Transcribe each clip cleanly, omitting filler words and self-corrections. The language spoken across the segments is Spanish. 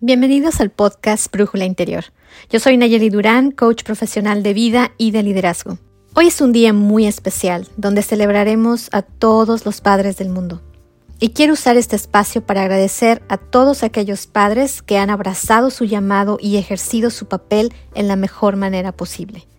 Bienvenidos al podcast Brújula Interior. Yo soy Nayeli Durán, coach profesional de vida y de liderazgo. Hoy es un día muy especial donde celebraremos a todos los padres del mundo. Y quiero usar este espacio para agradecer a todos aquellos padres que han abrazado su llamado y ejercido su papel en la mejor manera posible.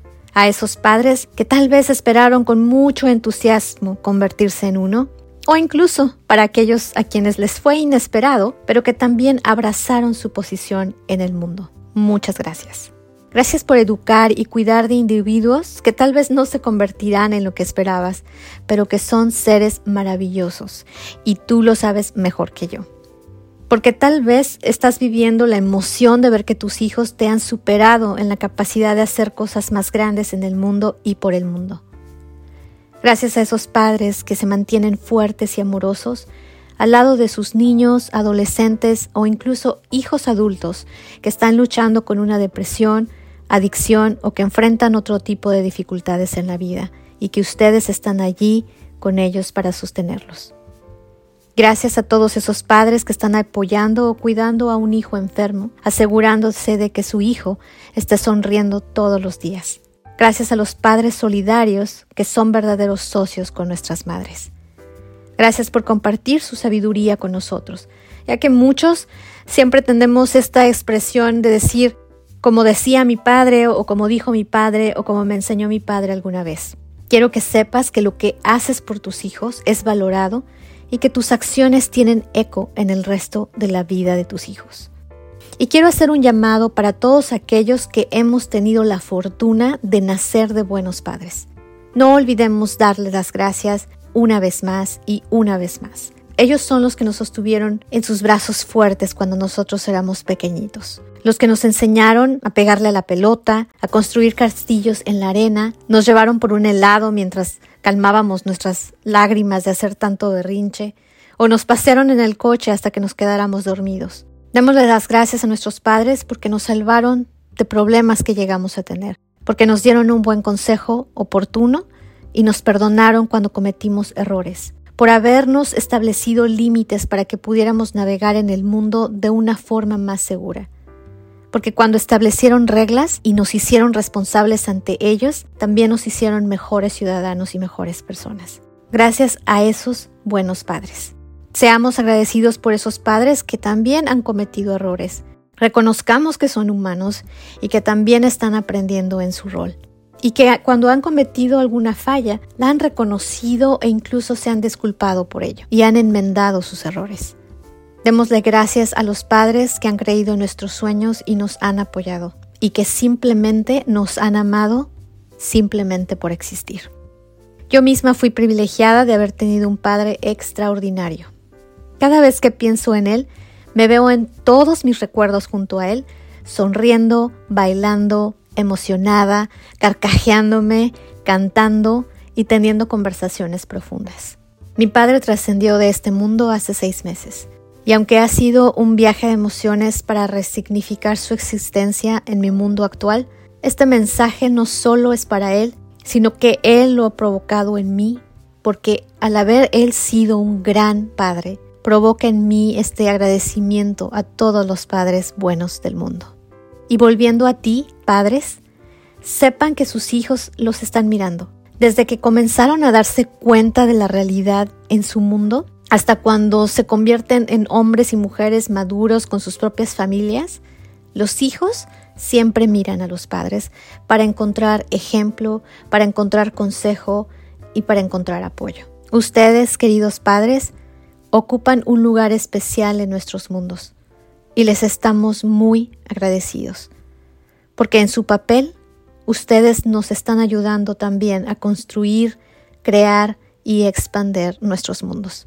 A esos padres que tal vez esperaron con mucho entusiasmo convertirse en uno, o incluso para aquellos a quienes les fue inesperado, pero que también abrazaron su posición en el mundo. Muchas gracias. Gracias por educar y cuidar de individuos que tal vez no se convertirán en lo que esperabas, pero que son seres maravillosos y tú lo sabes mejor que yo. Porque tal vez estás viviendo la emoción de ver que tus hijos te han superado en la capacidad de hacer cosas más grandes en el mundo y por el mundo. Gracias a esos padres que se mantienen fuertes y amorosos al lado de sus niños, adolescentes o incluso hijos adultos que están luchando con una depresión, adicción o que enfrentan otro tipo de dificultades en la vida y que ustedes están allí con ellos para sostenerlos. Gracias a todos esos padres que están apoyando o cuidando a un hijo enfermo, asegurándose de que su hijo esté sonriendo todos los días. Gracias a los padres solidarios que son verdaderos socios con nuestras madres. Gracias por compartir su sabiduría con nosotros, ya que muchos siempre tenemos esta expresión de decir como decía mi padre o como dijo mi padre o como me enseñó mi padre alguna vez. Quiero que sepas que lo que haces por tus hijos es valorado y que tus acciones tienen eco en el resto de la vida de tus hijos. Y quiero hacer un llamado para todos aquellos que hemos tenido la fortuna de nacer de buenos padres. No olvidemos darles las gracias una vez más y una vez más. Ellos son los que nos sostuvieron en sus brazos fuertes cuando nosotros éramos pequeñitos. Los que nos enseñaron a pegarle a la pelota, a construir castillos en la arena, nos llevaron por un helado mientras calmábamos nuestras lágrimas de hacer tanto berrinche, o nos pasearon en el coche hasta que nos quedáramos dormidos. Démosle las gracias a nuestros padres porque nos salvaron de problemas que llegamos a tener, porque nos dieron un buen consejo oportuno y nos perdonaron cuando cometimos errores, por habernos establecido límites para que pudiéramos navegar en el mundo de una forma más segura. Porque cuando establecieron reglas y nos hicieron responsables ante ellos, también nos hicieron mejores ciudadanos y mejores personas. Gracias a esos buenos padres. Seamos agradecidos por esos padres que también han cometido errores. Reconozcamos que son humanos y que también están aprendiendo en su rol. Y que cuando han cometido alguna falla, la han reconocido e incluso se han disculpado por ello y han enmendado sus errores. Démosle gracias a los padres que han creído en nuestros sueños y nos han apoyado y que simplemente nos han amado simplemente por existir. Yo misma fui privilegiada de haber tenido un padre extraordinario. Cada vez que pienso en él, me veo en todos mis recuerdos junto a él, sonriendo, bailando, emocionada, carcajeándome, cantando y teniendo conversaciones profundas. Mi padre trascendió de este mundo hace 6 meses. Y aunque ha sido un viaje de emociones para resignificar su existencia en mi mundo actual, este mensaje no solo es para él, sino que él lo ha provocado en mí, porque al haber él sido un gran padre, provoca en mí este agradecimiento a todos los padres buenos del mundo. Y volviendo a ti, padres, sepan que sus hijos los están mirando. Desde que comenzaron a darse cuenta de la realidad en su mundo, hasta cuando se convierten en hombres y mujeres maduros con sus propias familias, los hijos siempre miran a los padres para encontrar ejemplo, para encontrar consejo y para encontrar apoyo. Ustedes, queridos padres, ocupan un lugar especial en nuestros mundos y les estamos muy agradecidos, porque en su papel ustedes nos están ayudando también a construir, crear y expandir nuestros mundos.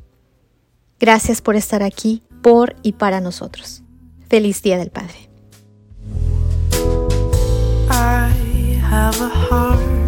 Gracias por estar aquí, por y para nosotros. Feliz Día del Padre. I have a heart